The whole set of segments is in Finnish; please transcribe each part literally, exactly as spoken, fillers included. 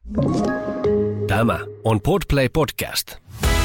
Tämä on Podplay Podcast.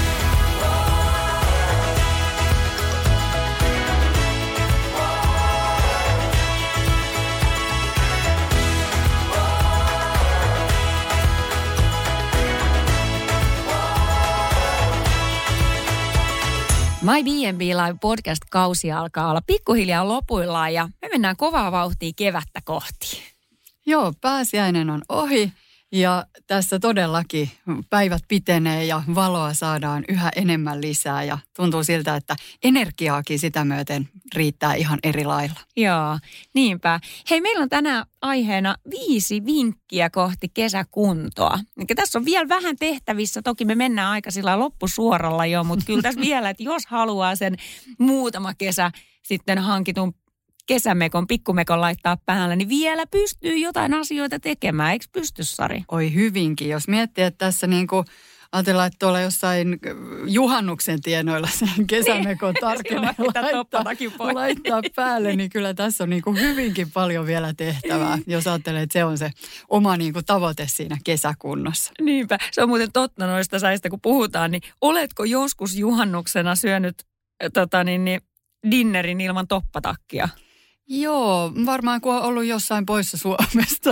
My B and B Live podcast-kausi alkaa olla pikkuhiljaa lopuillaan ja me mennään kovaa vauhtia kevättä kohti. Joo, pääsiäinen on ohi ja tässä todellakin päivät pitenee ja valoa saadaan yhä enemmän lisää ja tuntuu siltä, että energiaakin sitä myöten riittää ihan eri lailla. Joo, niinpä. Hei, meillä on tänään aiheena viisi vinkkiä kohti kesäkuntoa. Eli tässä on vielä vähän tehtävissä. Toki me mennään aika sillä loppusuoralla jo, mutta kyllä tässä vielä, että jos haluaa sen muutama kesä sitten hankitun kesämekon, pikkumekon laittaa päälle, niin vielä pystyy jotain asioita tekemään. Eikö pysty, Sari? Oi hyvinkin. Jos miettii, että tässä niin kuin ajatellaan, että tuolla jossain juhannuksen tienoilla sen kesämekon tarkenee laittaa, laittaa päälle, niin kyllä tässä on niin kuin hyvinkin paljon vielä tehtävää, jos ajattelee, että se on se oma niin kuin tavoite siinä kesäkunnossa. Niinpä. Se on muuten totta noista säistä, kun puhutaan, niin oletko joskus juhannuksena syönyt tota niin, niin, dinnerin ilman toppatakkia? Joo, varmaan kun on ollut jossain poissa Suomesta.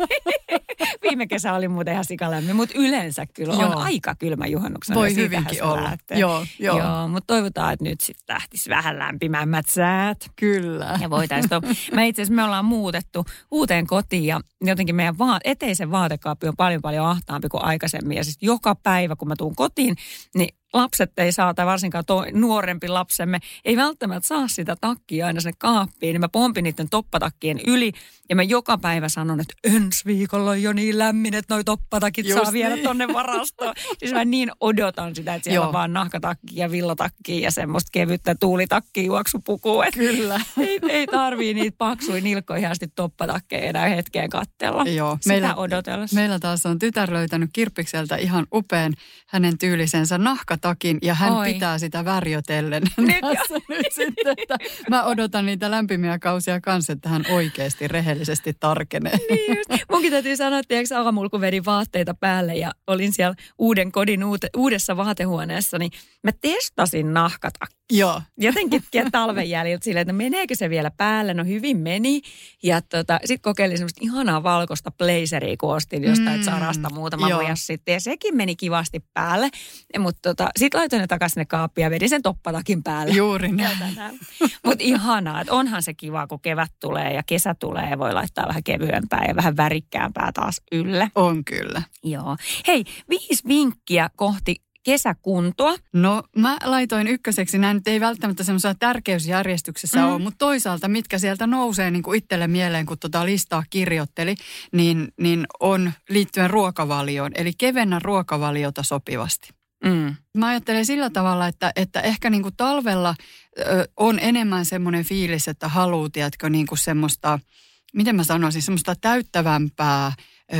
Viime kesä oli muuten ihan sikalämmin, mutta yleensä kyllä on joo. aika kylmä juhannuksena. Voi hyvinkin olla. Joo, joo. joo, mutta toivotaan, että nyt sitten lähtisi vähän lämpimämmät säät. Kyllä. Ja voitaisiin. Me itse asiassa me ollaan muutettu uuteen kotiin ja jotenkin meidän va- eteisen vaatekaappi on paljon paljon ahtaampi kuin aikaisemmin. Ja siis joka päivä, kun mä tuun kotiin, niin lapset ei saa, tai varsinkaan tuo nuorempi lapsemme, ei välttämättä saa sitä takkia aina sinne kaappiin. Niin mä pompin niiden toppatakkien yli ja mä joka päivä sanon, että ensi viikolla on jo niin lämmin, että noi toppatakit Just saa niin. viedä tonne varastoon. Siis mä niin odotan sitä, että siellä Joo. on vaan nahkatakki ja villatakki ja semmoista kevyttä tuulitakkia juoksupukua. Kyllä. Ei, ei tarvii niitä paksuja nilkkoihasti toppatakkeja enää hetkeen katsella. Joo. Sitä meillä, odotellessa. Meillä taas on tytär löytänyt Kirppikseltä ihan upean hänen tyylisensä nahkatakin. Takin, ja hän Oi. pitää sitä värjötellen. Nyt, nyt sitten, että mä odotan niitä lämpimiä kausia kanssa, että hän oikeasti rehellisesti tarkenee. Niin just. Munkin täytyy sanoa, että tiedätkö aamulla, kun vedin vaatteita päälle ja olin siellä uuden kodin uute, uudessa vaatehuoneessa, niin mä testasin nahkatakkia. Joo. Jotenkin talven jäljiltä silleen, että meneekö se vielä päälle? No hyvin meni. Ja tota, sitten kokeilin semmoista ihanaa valkoista blazeria, kun ostin jostain mm. Sarasta muutama vuosi sitten. Ja sekin meni kivasti päälle. Mutta tota, sitten laitoin ne takaisin sinne kaappiin ja vedin sen toppatakin päälle. Juuri näin. Mutta ihanaa, että onhan se kiva, kun kevät tulee ja kesä tulee ja voi laittaa vähän kevyempää ja vähän värikkäämpää taas ylle. On kyllä. Joo. Hei, viisi vinkkiä kohti kesäkuntoa. No mä laitoin ykköseksi, nämä nyt ei välttämättä semmoisella tärkeysjärjestyksessä mm. ole, mutta toisaalta mitkä sieltä nousee niin kuin itselle mieleen, kun tota listaa kirjoitteli, niin, niin on liittyen ruokavalioon, eli kevennä ruokavaliota sopivasti. Mm. Mä ajattelen sillä tavalla, että, että ehkä niin kuin talvella ö, on enemmän semmoinen fiilis, että haluaa, tiedätkö, niin kuin semmoista, miten mä sanoisin, semmoista täyttävämpää, ö,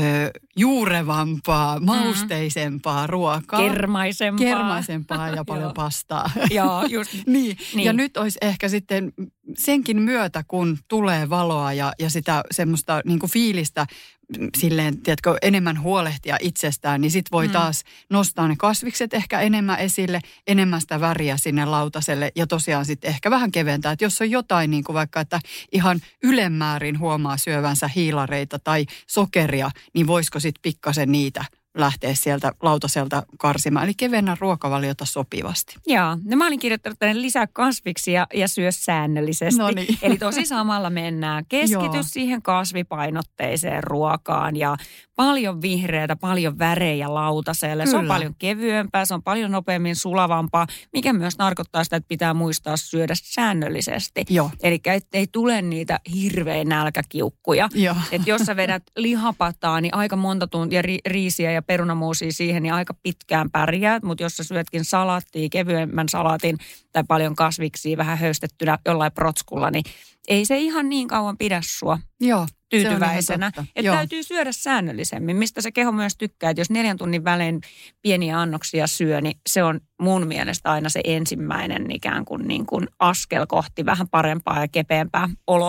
juurevampaa, mausteisempaa ruokaa. Kermaisempaa. Kermaisempaa ja paljon pastaa. Joo, just niin. niin. Ja nyt olisi ehkä sitten senkin myötä, kun tulee valoa ja, ja sitä semmoista niin kuin fiilistä, silleen, tiedätkö, enemmän huolehtia itsestään, niin sit voi mm. taas nostaa ne kasvikset ehkä enemmän esille, enemmän sitä väriä sinne lautaselle ja tosiaan sitten ehkä vähän keventää. Että jos on jotain niin kuin vaikka, että ihan ylemmäärin huomaa syövänsä hiilareita tai sokeria, niin voisiko sitten pikkasen niitä lähteä sieltä lautaselta karsimaan. Eli kevennä ruokavaliota sopivasti. Joo, no mä olin kirjoittanut tänne lisää kasviksia ja syö säännöllisesti. Noniin. Eli tosi samalla mennään. Keskitys siihen kasvipainotteiseen ruokaan ja paljon vihreätä, paljon värejä lautaselle. Kyllä. Se on paljon kevyempää, se on paljon nopeammin sulavampaa, mikä myös tarkoittaa sitä, että pitää muistaa syödä säännöllisesti. Eli ei tule niitä hirveän nälkäkiukkuja. Että jos sä vedät lihapataa, niin aika monta tuntia ri- riisiä ja perunamuusia siihen, niin aika pitkään pärjäät. Mutta jos sä syötkin salaattia, kevyemmän salaatin tai paljon kasviksia vähän höystettynä jollain protskulla, niin ei se ihan niin kauan pidä sua. Joo. Tyytyväisenä. Että täytyy syödä säännöllisemmin, mistä se keho myös tykkää. Että jos neljän tunnin välein pieniä annoksia syö, niin se on mun mielestä aina se ensimmäinen ikään kuin, niin kuin askel kohti vähän parempaa ja kepeämpää oloa.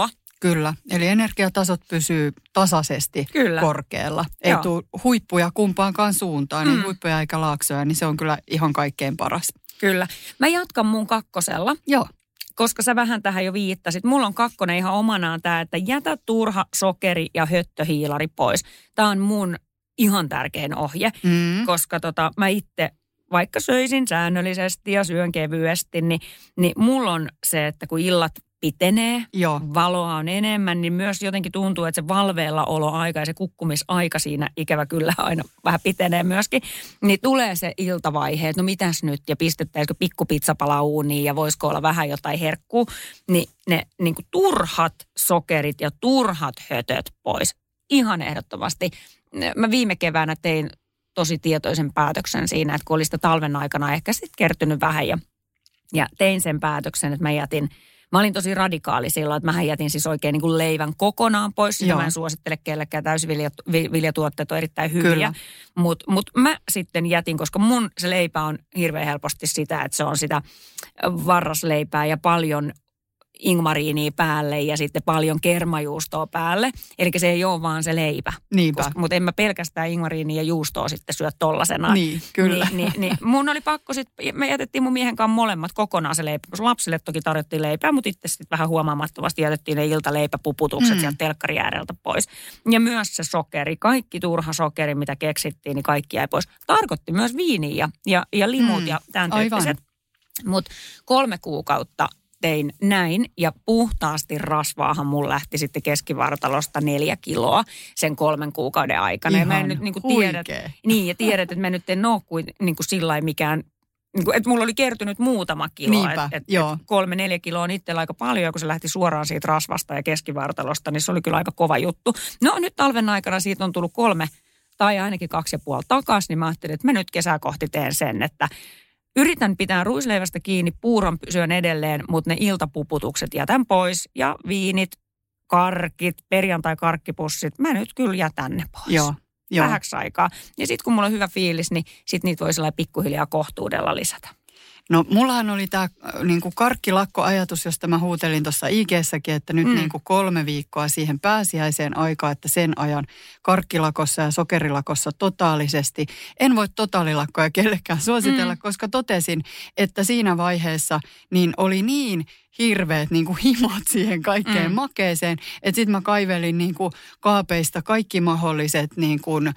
Kyllä, eli energiatasot pysyy tasaisesti Kyllä. korkealla. Ei Joo. tule huippuja kumpaankaan suuntaan, Mm. niin huippuja eikä laaksoja, niin se on kyllä ihan kaikkein paras. Kyllä. Mä jatkan mun kakkosella. Joo. Koska sä vähän tähän jo viittasit. Mulla on kakkonen ihan omanaan tämä, että jätä turha sokeri ja höttöhiilari pois. Tämä on mun ihan tärkein ohje, Mm. koska tota, mä itse, vaikka söisin säännöllisesti ja syön kevyesti, niin, niin mulla on se, että kun illat pitenee, Joo. valoa on enemmän, niin myös jotenkin tuntuu, että se valveilla oloaika ja se kukkumisaika siinä ikävä kyllä aina vähän pitenee myöskin, niin tulee se iltavaihe, että no mitäs nyt ja pistettäisikö pikku pizzapala uuniin ja voisiko olla vähän jotain herkkuu, niin ne niin kuin turhat sokerit ja turhat hötöt pois. Ihan ehdottomasti. Mä viime keväänä tein tosi tietoisen päätöksen siinä, että kun oli sitä talven aikana ehkä sitten kertynyt vähän ja, ja tein sen päätöksen, että mä jätin. Mä olin tosi radikaali silloin, että mähän jätin siis oikein niin kuin leivän kokonaan pois. Sitä mä en suosittele kellekään, täysviljatuotteet on erittäin hyviä. Mutta mut mä sitten jätin, koska mun se leipä on hirveän helposti sitä, että se on sitä varrasleipää ja paljon ingmariinia päälle ja sitten paljon kermajuustoa päälle. Eli se ei ole vaan se leipä. Niinpä. Mutta en mä pelkästään ingmariinia ja juustoa sitten syö tollasena. Niin, kyllä. Niin, niin, niin. Mun oli pakko sitten, me jätettiin mun miehen kanssa molemmat kokonaan se leipä. Koska lapsille toki tarjottiin leipää, mutta itse sitten vähän huomaamattomasti jätettiin ne iltaleipäpuputukset mm. sieltä telkkari ääreltä pois. Ja myös se sokeri, kaikki turha sokeri, mitä keksittiin, niin kaikki jäi pois. Tarkoitti myös viiniä ja, ja, ja limut mm. ja tämän tyyppiset. Mutta kolme kuukautta tein näin ja puhtaasti rasvaahan mun lähti sitten keskivartalosta neljä kiloa sen kolmen kuukauden aikana. Ihan ja mä en nyt niin kuin tiedät, niin, ja tiedät, että mä nyt en ole kuin, niin kuin sillä lailla mikään, niin kuin, että mulla oli kertynyt muutama kilo. Niinpä, et, et, joo. Et kolme, neljä kiloa on itsellä aika paljon, ja kun se lähti suoraan siitä rasvasta ja keskivartalosta, niin se oli kyllä aika kova juttu. No nyt talven aikana siitä on tullut kolme tai ainakin kaksi ja puoli takaisin, niin mä ajattelin, että mä nyt kesää kohti teen sen, että yritän pitää ruisleivästä kiinni, puuron syön edelleen, mutta ne iltapuputukset jätän pois. Ja viinit, karkit, perjantai-karkkipussit, mä nyt kyllä jätän ne pois. Joo, joo. Vähäksi aikaa. Ja sitten kun mulla on hyvä fiilis, niin sitten niitä voi sellainen pikkuhiljaa kohtuudella lisätä. No mullahan oli tämä niinku karkkilakko-ajatus, josta mä huutelin tuossa I G:ssäkin, että nyt mm. niinku kolme viikkoa siihen pääsiäiseen aikaan, että sen ajan karkkilakossa ja sokerilakossa totaalisesti. En voi totaalilakkoja kellekään suositella, mm. koska totesin, että siinä vaiheessa niin oli niin hirveät niin kuin himot siihen kaikkeen mm. makeeseen. Että sitten mä kaivelin niin kuin kaapeista kaikki mahdolliset niin kuin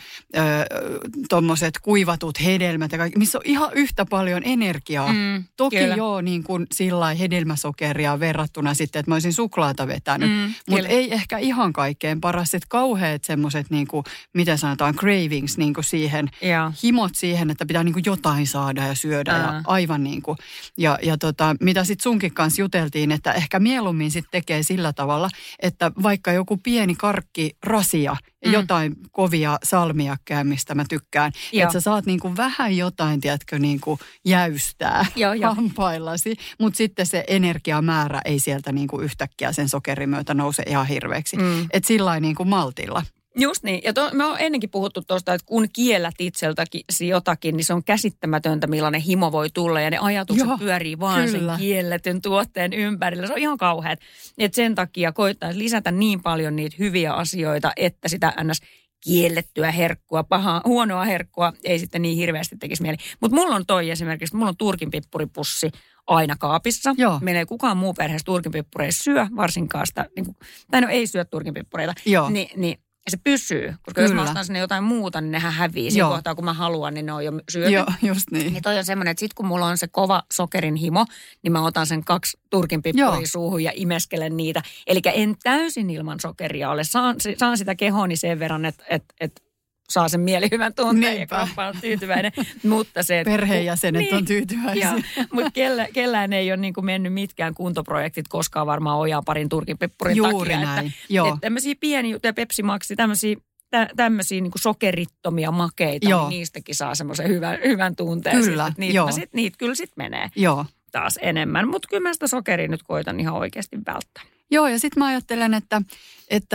tommoset kuivatut hedelmät ja kaikki, missä on ihan yhtä paljon energiaa. Mm, Toki kyllä. joo niin kuin sillai hedelmäsokeria verrattuna sitten, että mä olisin suklaata vetänyt. Mm, Mutta ei ehkä ihan kaikkein paras. Että kauheat semmoiset niin kuin, miten sanotaan, cravings niin kuin siihen, ja. himot siihen, että pitää niin kuin jotain saada ja syödä. Ää. Ja aivan niin kuin, ja, ja tota, mitä sitten sunkin kanssa juteltiin, että ehkä mieluummin sitten tekee sillä tavalla, että vaikka joku pieni karkkirasia, mm. jotain kovia salmiakkeja, mistä mä tykkään, Joo. että sä saat niinku vähän jotain, tiedätkö, niinku jäystää Joo, jo. hampaillasi, mutta sitten se energiamäärä ei sieltä niinku yhtäkkiä sen sokerin myötä nouse ihan hirveäksi. Mm. Että sillä lailla niinku maltilla. Just niin. Ja to, me on ennenkin puhuttu tuosta, että kun kiellät itseltäkin jotakin, niin se on käsittämätöntä, millainen himo voi tulla. Ja ne ajatukset Joo, pyörii vaan kyllä. sen kielletyn tuotteen ympärillä. Se on ihan kauheat. Että sen takia koittaisi lisätä niin paljon niitä hyviä asioita, että sitä ns. Kiellettyä herkkua, pahaa, huonoa herkkua ei sitten niin hirveästi tekisi mieli. Mutta mulla on toi esimerkiksi, mulla on turkinpippuripussi aina kaapissa. Joo. Meillä ei kukaan muu perheessä turkinpippureita syö, varsinkaan sitä, niin kuin, tai no ei syö turkinpippureita. Joo. Ni, niin se pysyy, koska Kyllä. jos mä ostan sinne jotain muuta, niin nehän hävii. Siinä kohtaa, kun mä haluan, niin ne on jo syöty. Joo, just niin. Niin toi on semmoinen, että sit kun mulla on se kova sokerin himo, niin mä otan sen kaksi turkinpippuria suuhun ja imeskelen niitä. Eli en täysin ilman sokeria ole. Saan, saan sitä kehooni sen verran, että et, et saa sen mielihyvän tunteen ja kroppa on tyytyväinen. Mutta se, perheenjäsenet niin, on tyytyväisiä. Mutta kellä, kellään ei ole niin kuin mennyt mitkään kuntoprojektit koskaan varmaan ojaa parin turkinpippurin Juuri takia. Näin. Että, että tämmöisiä pieniä juttuja, Pepsi Maxi, tämmöisiä tä, tämmöisiä niin kuin sokerittomia makeita, Joo. niin niistäkin saa semmoisen hyvän, hyvän tunteen. Kyllä, sit, niitä, sit, niitä kyllä sitten menee Joo. taas enemmän. Mutta kyllä mä sitä sokeria nyt koitan ihan oikeasti välttää. Joo, ja sitten mä ajattelen, että, että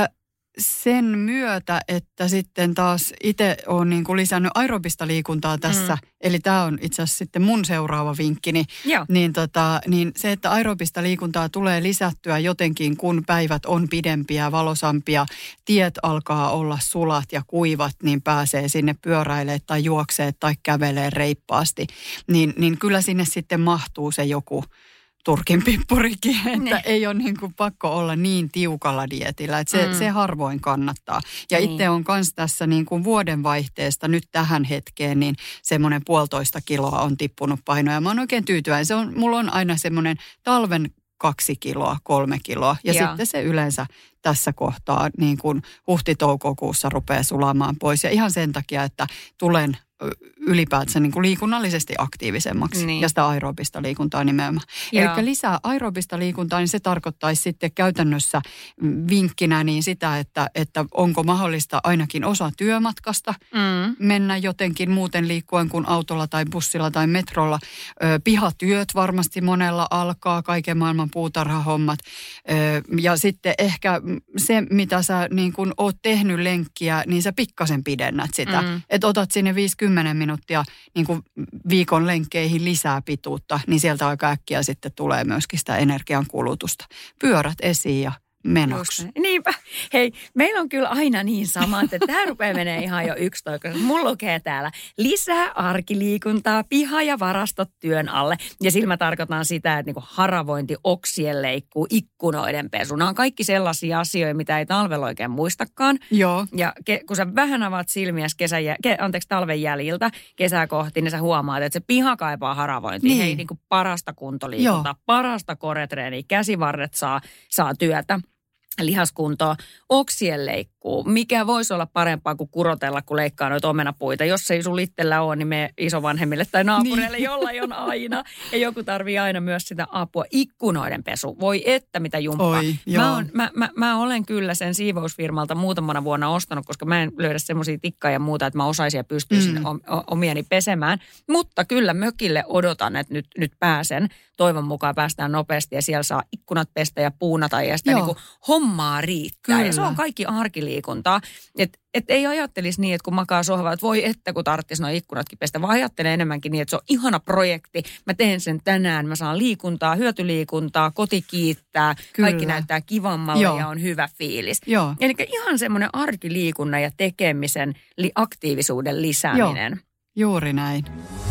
sen myötä, että sitten taas itse olen niin kuin lisännyt aerobista liikuntaa tässä, mm. eli tämä on itse asiassa sitten mun seuraava vinkkini, niin, tota, niin se, että aerobista liikuntaa tulee lisättyä jotenkin, kun päivät on pidempiä, valosampia, tiet alkaa olla sulat ja kuivat, niin pääsee sinne pyöräilemään tai juoksee tai kävelee reippaasti, niin, niin kyllä sinne sitten mahtuu se joku Turkin pippurikin, että ne. Ei ole niin kuin pakko olla niin tiukalla dietillä, että se, mm. se harvoin kannattaa. Ja niin. Itse on myös tässä niin kuin vuodenvaihteesta nyt tähän hetkeen, niin semmoinen puolitoista kiloa on tippunut painoja. Mä oon oikein tyytyväinen. Se on, mulla on aina semmoinen talven kaksi kiloa, kolme kiloa ja ja sitten se yleensä tässä kohtaa niin kuin huhti-toukokuussa rupeaa sulamaan pois. Ja ihan sen takia, että tulen ylipäätään niin kuin liikunnallisesti aktiivisemmaksi niin. Ja sitä aerobista liikuntaa nimenomaan. Eli lisää aerobista liikuntaa, niin se tarkoittaisi sitten käytännössä vinkkinä niin sitä, että, että onko mahdollista ainakin osa työmatkasta mm. mennä jotenkin muuten liikkuen kuin autolla tai bussilla tai metrolla. Ö, pihatyöt varmasti monella alkaa, kaiken maailman puutarhahommat. Ö, ja sitten ehkä se, mitä sä niin kun oot tehnyt lenkkiä, niin sä pikkasen pidennät sitä. Mm. Että otat sinne viisikymmentä minuuttia niin kuin viikon lenkkeihin lisää pituutta, niin sieltä aika äkkiä sitten tulee myöskin sitä energiankulutusta. Pyörät esiin ja menoksi. Niinpä. Hei, meillä on kyllä aina niin sama, että tämä rupeaa menee ihan jo yksitoista. Mulla lukee täällä lisää arkiliikuntaa, piha ja varastot työn alle. Ja sillä mä tarkoitan sitä, että niinku haravointi, oksien leikkuu, ikkunoiden pesu. Nämä on kaikki sellaisia asioita, mitä ei talvella oikein muistakaan. Joo. Ja ke, kun sä vähän avaat silmiäsi kesän, ke, anteeksi, talven jäljiltä kesää kohti, niin sä huomaat, että se piha kaipaa haravointia. Niin. Hei, niinku parasta kuntoliikuntaa, Joo. parasta koretreeniä, käsivarret saa, saa työtä. Lihaskuntoa, oksien leikkuu. Mikä voisi olla parempaa kuin kurotella, kun leikkaa noita omenapuita? Jos ei sulla itsellä ole, niin me isovanhemmille tai naapureille, niin. Jollain on aina. Ja joku tarvii aina myös sitä apua. Ikkunoiden pesu. Voi että mitä jumppaa. Oi, mä, on, mä, mä, mä olen kyllä sen siivousfirmalta muutamana vuonna ostanut, koska mä en löydä semmoisia tikkaa ja muuta, että mä osaisin ja pystyisin mm. omiani pesemään. Mutta kyllä mökille odotan, että nyt, nyt pääsen. Toivon mukaan päästään nopeasti ja siellä saa ikkunat pestä ja puunata ja sitä niin kuin hommaa riittää. Kyllä. Ja se on kaikki arkiliikuntaa. Että et ei ajattelisi niin, että kun makaa sohvaa, että voi että kun tarvitsisi nuo ikkunatkin pestä, vaan ajattelee enemmänkin niin, että se on ihana projekti. Mä teen sen tänään, mä saan liikuntaa, hyötyliikuntaa, koti kiittää, Kyllä. kaikki näyttää kivammalle Joo. ja on hyvä fiilis. Joo. Eli ihan semmoinen arkiliikunnan ja tekemisen, li- aktiivisuuden lisääminen. Joo. Juuri näin.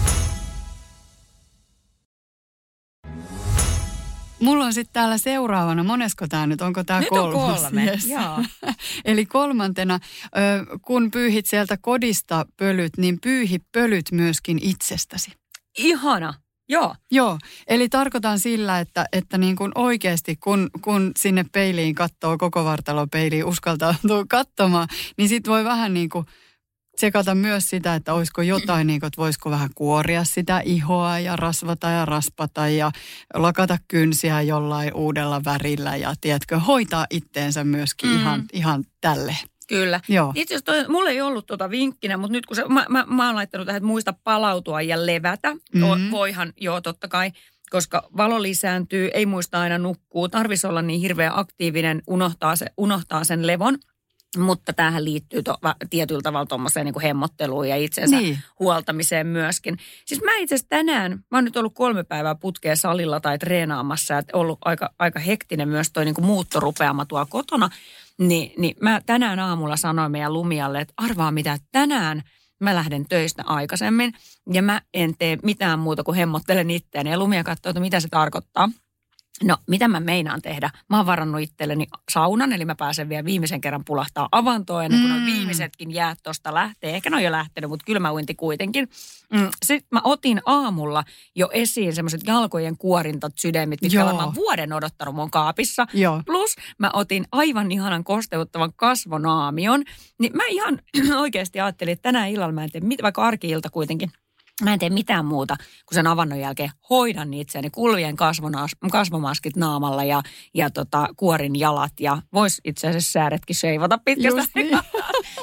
Mulla on sitten täällä seuraavana, monesko tämä nyt, onko tämä kolmas? Nyt on kolme, yes. Joo. Eli kolmantena, kun pyyhit sieltä kodista pölyt, niin pyyhi pölyt myöskin itsestäsi. Ihana, joo. Joo, eli tarkoitan sillä, että, että niin kuin oikeasti kun, kun sinne peiliin katsoo, koko vartalopeiliin uskaltautuu katsomaan, niin sitten voi vähän niin kuin tsekata myös sitä, että olisiko jotain, niin kuin, että voisiko vähän kuoria sitä ihoa ja rasvata ja raspata ja lakata kynsiä jollain uudella värillä ja tiedätkö, hoitaa itteensä myöskin mm. ihan, ihan tälleen. Kyllä. Joo. Itse asiassa toi, mulla ei ollut tuota vinkkinä, mutta nyt kun se, mä, mä, mä oon laittanut tähän, että muista palautua ja levätä. Mm-hmm. Voihan, joo totta kai, koska valo lisääntyy, ei muista aina nukkuu. Tarvitsisi olla niin hirveän aktiivinen, unohtaa, se, unohtaa sen levon. Mutta tämähän liittyy to, tietyllä tavalla tuommoiseen niin kuin hemmotteluun ja itsensä niin. huoltamiseen myöskin. Siis mä itse asiassa tänään, mä oon nyt ollut kolme päivää putkeen salilla tai treenaamassa ja ollut aika, aika hektinen myös toi niin kuin muuttorupeama tuolla kotona. Ni, niin mä tänään aamulla sanoin meidän Lumialle, että arvaa mitä, tänään mä lähden töistä aikaisemmin ja mä en tee mitään muuta kuin hemmottelen itseäni. Ja Lumia katsoo, että mitä se tarkoittaa. No, mitä mä meinaan tehdä? Mä oon varannut itselleni saunan, eli mä pääsen vielä viimeisen kerran pulahtaa avantoon, ennen kuin mm. nuo viimeisetkin jäät tosta lähtee. Ehkä ne on jo lähtenyt, mutta kylmä uinti kuitenkin. Mm. Sitten mä otin aamulla jo esiin semmoiset jalkojen kuorintat sydämit, mitkä olen mä vuoden odottanut mun kaapissa. Joo. Plus mä otin aivan ihanan kosteuttavan kasvonaamion. Niin mä ihan oikeasti ajattelin, että tänään illalla mä en tee mitään, vaikka arki-ilta kuitenkin. Mä en tee mitään muuta, kun sen avannon jälkeen hoidan itseäni, kulvien kasvomaskit naamalla ja, ja tota, kuorin jalat ja vois itse asiassa säädetkin seivata pitkästä. Niin.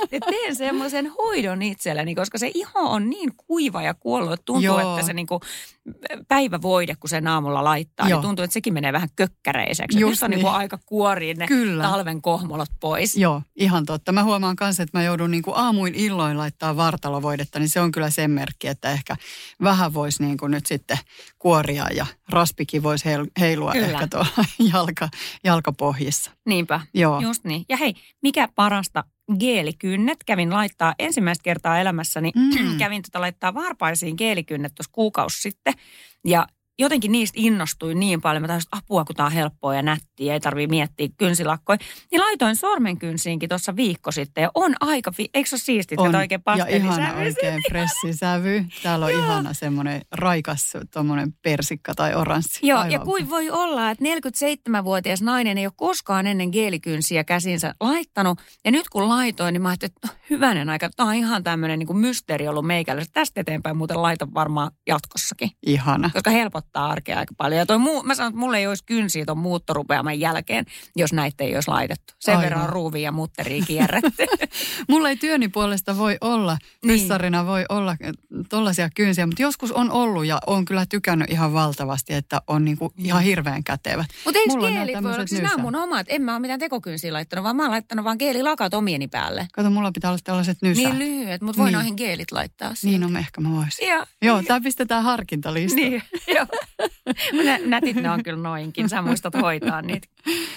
ja teen semmoisen hoidon itselleni, koska se iho on niin kuiva ja kuollut, että tuntuu, Joo. että se niinku päivävoide, kun sen aamulla laittaa, Joo. niin tuntuu, että sekin menee vähän kökkäreiseksi. Just nyt on niin. niinku aika kuoriin ne Kyllä. talven kohmolot pois. Joo, ihan totta. Mä huomaan kanssa, että mä joudun niinku aamuin illoin laittaa vartalovoidetta, niin se on kyllä sen merkki, että ehkä vähän voisi niinku nyt sitten kuoria ja raspikin voisi heilua kyllä. ehkä tuolla jalka, jalkapohjissa. Niinpä, Joo. just niin. Ja hei, mikä parasta? Geelikynnet. Kävin laittaa ensimmäistä kertaa elämässäni, mm. kävin tota laittaa varpaisiin geelikynnet tuossa kuukausi sitten. Ja jotenkin niistä innostuin niin paljon. Mä tajusin, apua, kun tää on helppoa ja nättiä, ei tarvitse miettiä kynsilakkoja. Niin laitoin sormenkynsiinkin tuossa viikko sitten ja on aika, fi- eikö se ole siistit? On, oikein ja ihana oikein fressisävy. Täällä on Joo. ihana semmoinen raikas tommonen persikka tai oranssi. Joo, Aivan. ja kuin voi olla, että neljäkymmentäseitsemänvuotias nainen ei ole koskaan ennen geelikynsiä käsinsä laittanut. Ja nyt kun laitoin, niin mä ajattelin, että no, hyvänen aika, tää on ihan tämmöinen niin kuin mysteeri ollut meikälle. Tästä eteenpäin muuten laitan varmaan jatkossakin. Ihana. Koska helpottaa arkea aika paljon. Ja toi muu, mä sanon, että mulla ei olisi kynsiä ton muuttorupeaman jälkeen, jos näitä ei olisi laitettu. Sen Aivan. verran ruuvia ja mutteria kierrätty. Mulla ei työni puolesta voi olla, pissarina niin. voi olla tollaisia kynsiä, mutta joskus on ollut ja on kyllä tykännyt ihan valtavasti, että on niinku ihan hirveän kätevät. Mutta eikö geelit voi olla? Siis nämä on mun omat. En mä ole mitään tekokynsiä laittanut, vaan mä oon laittanut vaan geelilakat omieni päälle. Kato, mulla pitää olla tällaiset nysät. Niin lyhyet, mutta voi niin. noihin geelit laittaa siihen. Niin, no ehkä mä voisin. Ja, Joo, tää pistetään harkintalistaan. Niin, joo. Nä, nätit ne on kyllä noinkin. Sä muistat hoitaa niitä.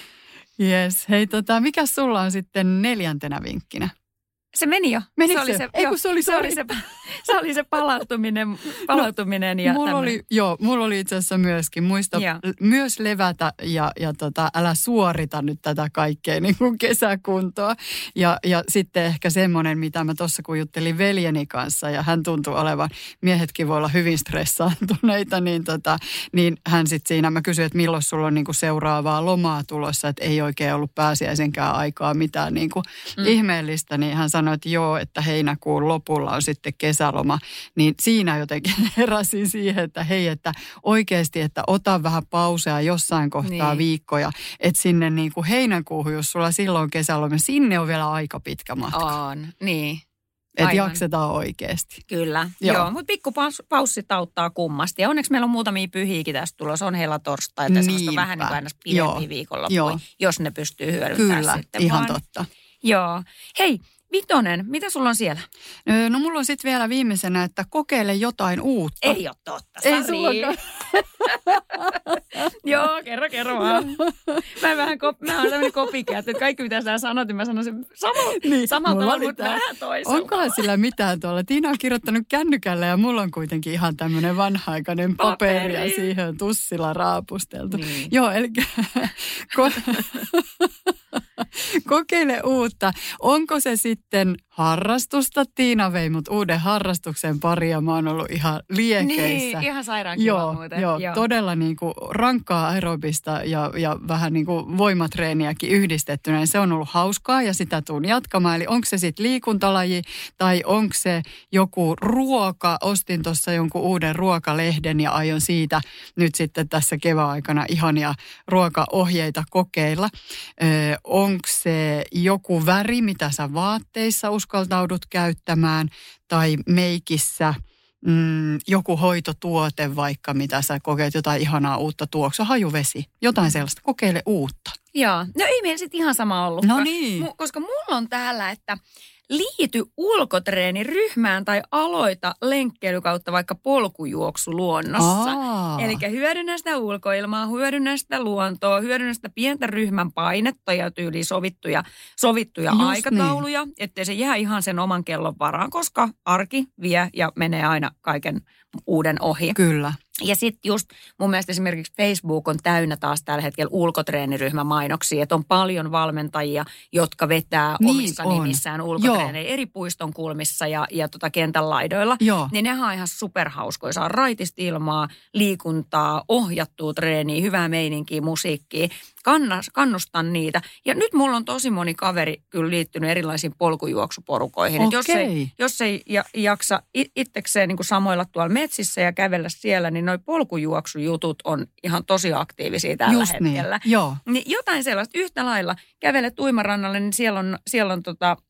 Yes. Hei, tota, mikä sulla on sitten neljäntenä vinkkinä? Se meni jo. Menikö se? Oli se? se Ei, kun se oli, se, oli se, se oli se palautuminen, palautuminen no, ja mulla tämmöinen. oli, joo, mulla oli itse asiassa myöskin. Muista ja. myös levätä ja, ja tota, älä suorita nyt tätä kaikkea niin kuin kesäkuntoa. Ja, ja sitten ehkä semmoinen, mitä mä tuossa kun juttelin veljeni kanssa ja hän tuntuu olevan, miehetkin voi olla hyvin stressaantuneita, niin, tota, niin hän sitten siinä, mä kysyin, että milloin sulla on niin kuin seuraavaa lomaa tulossa, että ei oikein ollut pääsiäisenkään aikaa mitään niin kuin mm. ihmeellistä, niin hän sanoi, että joo, että heinäkuun lopulla on sitten kesäloma, niin siinä jotenkin heräsin siihen, että hei, että oikeasti, että ota vähän pausea jossain kohtaa niin. viikkoja, että sinne niin kuin heinäkuuhun, jos sulla silloin on kesäloma, sinne on vielä aika pitkä matka. On, niin. Että jaksetaan oikeasti. Kyllä, joo, joo mutta pikkupaussit auttaa kummasti. Ja onneksi meillä on muutamia pyhiäkin tässä tulossa. On hellatorstai tai semmoista vähän niin kuin aina pidempiä viikonloppuja, jos ne pystyy hyödyntämään Kyllä, sitten. ihan vaan. totta. Joo. Hei, Vitonen, mitä sulla on siellä? No mulla on sitten vielä viimeisenä, että kokeile jotain uutta. Ei ole totta, Ei sullakaan. Joo, kerro, kerro vaan. Mä, vähän kop, mä oon tämmöinen copycat, että kaikki mitä sä sanot, niin mä sanoisin sama, niin, samalla tavalla, mutta vähän toisella. Onkohan sillä mitään tuolla? Tiina on kirjoittanut kännykällä ja mulla on kuitenkin ihan tämmöinen vanha-aikainen paperi, paperi ja siihen on tussilla raapusteltu. Niin. Joo, eli ko- kokeile uutta. Onko se sitten harrastusta? Tiina vei mut uuden harrastuksen pari ja mä oon ollut ihan liekeissä. Niin, ihan sairaan kiva joo, muuten. Joo, joo, todella niin kuin rankkaa aerobista ja, ja vähän niin kuin voimatreeniäkin yhdistettynä. Niin se on ollut hauskaa ja sitä tuun jatkamaan. Eli onko se sitten liikuntalaji tai onko se joku ruoka? Ostin tuossa jonkun uuden ruokalehden ja aion siitä nyt sitten tässä kevään aikana ihania ruokaohjeita kokeilla. Öö, onko se joku väri, mitä sä vaatteissa uskaltaudut käyttämään tai meikissä? Mm, joku hoitotuote vaikka, mitä sä kokeet, jotain ihanaa uutta tuoksua, hajuvesi, jotain sellaista, kokeile uutta. Joo, no ei meillä sitten ihan sama ollut. No niin. M- koska mulla on täällä, että liity ulkotreeniryhmään tai aloita lenkkeily kautta vaikka polkujuoksu luonnossa. Eli hyödynnä sitä ulkoilmaa, hyödynnä sitä luontoa, hyödynnä sitä pientä ryhmän painetta ja tyyliin sovittuja, sovittuja aikatauluja, niin. Ettei se jää ihan sen oman kellon varaan, koska arki vie ja menee aina kaiken uuden ohi. Kyllä. Ja sitten just mun mielestä esimerkiksi Facebook on täynnä taas tällä hetkellä ulkotreeniryhmämainoksia, että on paljon valmentajia, jotka vetää niin omissa on. nimissään ulkotreenejä eri puiston kulmissa ja, ja tota kentän laidoilla. Joo. Niin nehän on ihan superhauskoja. Saa raitista ilmaa, liikuntaa, ohjattua treeniä, hyvää meininkiä, musiikkia. Kannas, kannustan niitä. Ja nyt mulla on tosi moni kaveri kyllä liittynyt erilaisiin polkujuoksuporukoihin. Okay. Jos ei, jos ei jaksa itsekseen niin kuin samoilla tuolla metsissä ja kävellä siellä, niin noi polkujuoksujutut on ihan tosi aktiivisia tällä Just hetkellä. Niin. Joo. Niin jotain sellaista yhtä lailla. Kävelet uimarannalle, niin siellä on, siellä on tota,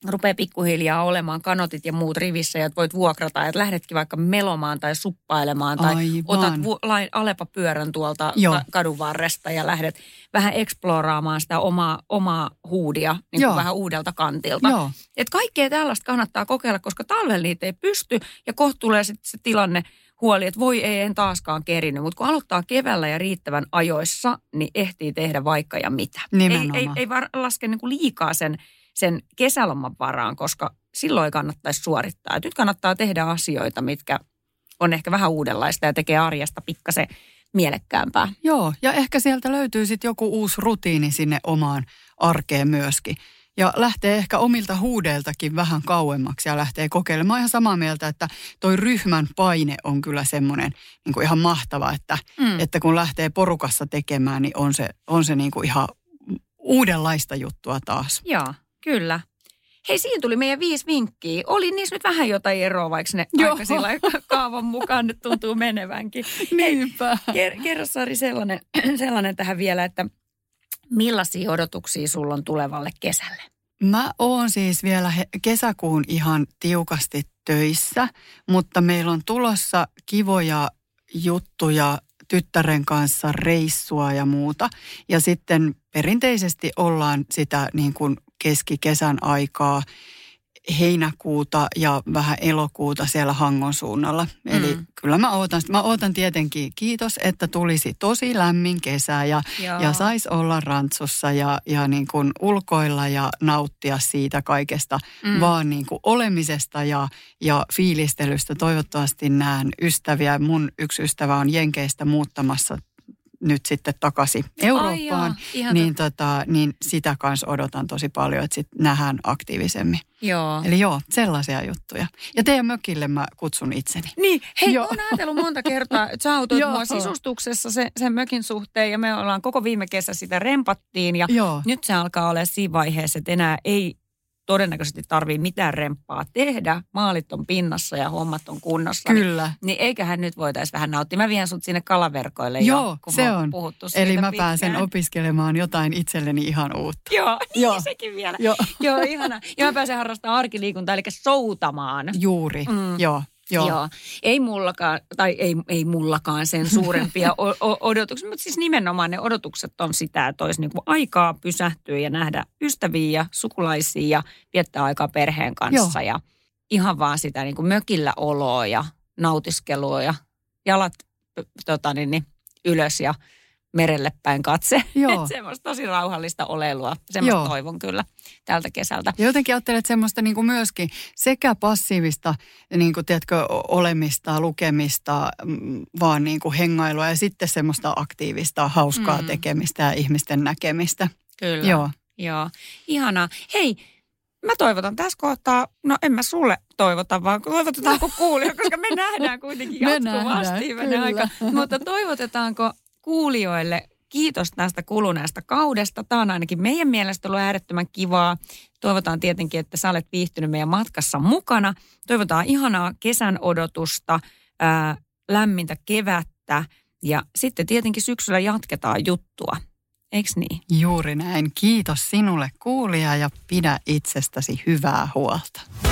rupeaa pikkuhiljaa olemaan kanotit ja muut rivissä ja voit vuokrata, että lähdetkin vaikka melomaan tai suppailemaan tai Aivan. otat vu- lain, Alepa-pyörän tuolta Joo. ka- kadun varresta ja lähdet vähän eksploraamaan sitä omaa, omaa huudia niin kuin vähän uudelta kantilta. Joo. Et kaikkea tällaista kannattaa kokeilla, koska talvella niitä ei pysty ja kohta tulee sitten se tilanne huoli, että voi ei, en taaskaan kerinyt. Mutta kun aloittaa keväällä ja riittävän ajoissa, niin ehtii tehdä vaikka ja mitä. Nimenomaan. Ei, ei, ei var, laske niin kuin liikaa sen, sen kesäloman varaan, koska silloin ei kannattaisi suorittaa. Et nyt kannattaa tehdä asioita, mitkä on ehkä vähän uudenlaista ja tekee arjesta pikkasen mielekkäämpää. Joo, ja ehkä sieltä löytyy sitten joku uusi rutiini sinne omaan arkeen myöskin. Ja lähtee ehkä omilta huudeiltakin vähän kauemmaksi ja lähtee kokeilemaan. Ihan samaa mieltä, että toi ryhmän paine on kyllä semmoinen niin kuin ihan mahtava, että, mm. että kun lähtee porukassa tekemään, niin on se, on se niin kuin ihan uudenlaista juttua taas. Joo, kyllä. Hei, siinä tuli meidän viisi vinkkiä. Oli niissä nyt vähän jotain eroa, vaikka ne Joo. aika sillä kaavan mukaan nyt tuntuu menevänkin. Niinpä. Hei, kerro Sari sellainen, sellainen tähän vielä, että millaisia odotuksia sulla on tulevalle kesälle? Mä oon siis vielä he, kesäkuun ihan tiukasti töissä, mutta meillä on tulossa kivoja juttuja tyttären kanssa, reissua ja muuta. Ja sitten perinteisesti ollaan sitä niin kuin keskikesän aikaa, heinäkuuta ja vähän elokuuta siellä Hangon suunnalla. Mm. Eli kyllä mä ootan, mä ootan tietenkin, kiitos, että tulisi tosi lämmin kesä ja, ja sais olla rantsussa ja, ja niin kuin ulkoilla ja nauttia siitä kaikesta, mm. vaan niin kuin olemisesta ja, ja fiilistelystä. Toivottavasti näen ystäviä. Mun yksi ystävä on Jenkeistä muuttamassa nyt sitten takaisin Eurooppaan, Ai niin, tota, niin sitä kanssa odotan tosi paljon, että sitten nähdään aktiivisemmin. Joo. Eli joo, sellaisia juttuja. Ja teidän mökille mä kutsun itseni. Niin, hei, Joo. mä oon ajatellut monta kertaa, että sä autoit mua sisustuksessa sen, sen mökin suhteen ja me ollaan koko viime kesä sitä rempattiin ja Joo. nyt se alkaa olla siinä vaiheessa, että enää ei todennäköisesti tarvii mitään remppaa tehdä. Maalit on pinnassa ja hommat on kunnossa. Kyllä. Niin, niin eiköhän nyt voitaisiin vähän nauttia. Mä vien sut sinne kalaverkoille Joo, jo, kun se on on. puhuttu siitä Eli mä pitkään. pääsen opiskelemaan jotain itselleni ihan uutta. Joo, niin Joo. sekin vielä. Joo. Joo, ihana. Ja mä pääsen harrastamaan arkiliikuntaa, eli soutamaan. Juuri, mm. joo. Joo. Joo. Ei mullakaan, tai ei, ei mullakaan sen suurempia o- o- odotuksia, mutta siis nimenomaan ne odotukset on sitä, että olisi niinku aikaa pysähtyä ja nähdä ystäviä ja sukulaisia ja viettää aikaa perheen kanssa. Joo. Ja ihan vaan sitä niinku mökillä oloa ja nautiskelua ja jalat tota niin, niin, ylös ja merelle päin katse. Joo. Semmoista tosi rauhallista oleilua. Semmoista Joo. toivon kyllä tältä kesältä. Ja jotenkin ajattelet semmoista niin kuin myöskin sekä passiivista niin kuin, tiedätkö, olemista, lukemista, vaan niin kuin hengailua ja sitten semmoista aktiivista, hauskaa mm. tekemistä ja ihmisten näkemistä. Kyllä. Joo. Joo. Ihanaa. Hei, mä toivotan tässä kohtaa, no en mä sulle toivota, vaan toivotetaanko kuulijoille, koska me nähdään kuitenkin me jatkuvasti. Nähdään, aika. Mutta toivotetaanko kuulijoille kiitos tästä kuluneesta kaudesta. Tämä on ainakin meidän mielestä ollut äärettömän kivaa. Toivotaan tietenkin, että sä olet viihtynyt meidän matkassa mukana. Toivotaan ihanaa kesän odotusta, ää, lämmintä kevättä ja sitten tietenkin syksyllä jatketaan juttua. Eiks niin? Juuri näin. Kiitos sinulle kuulija ja pidä itsestäsi hyvää huolta.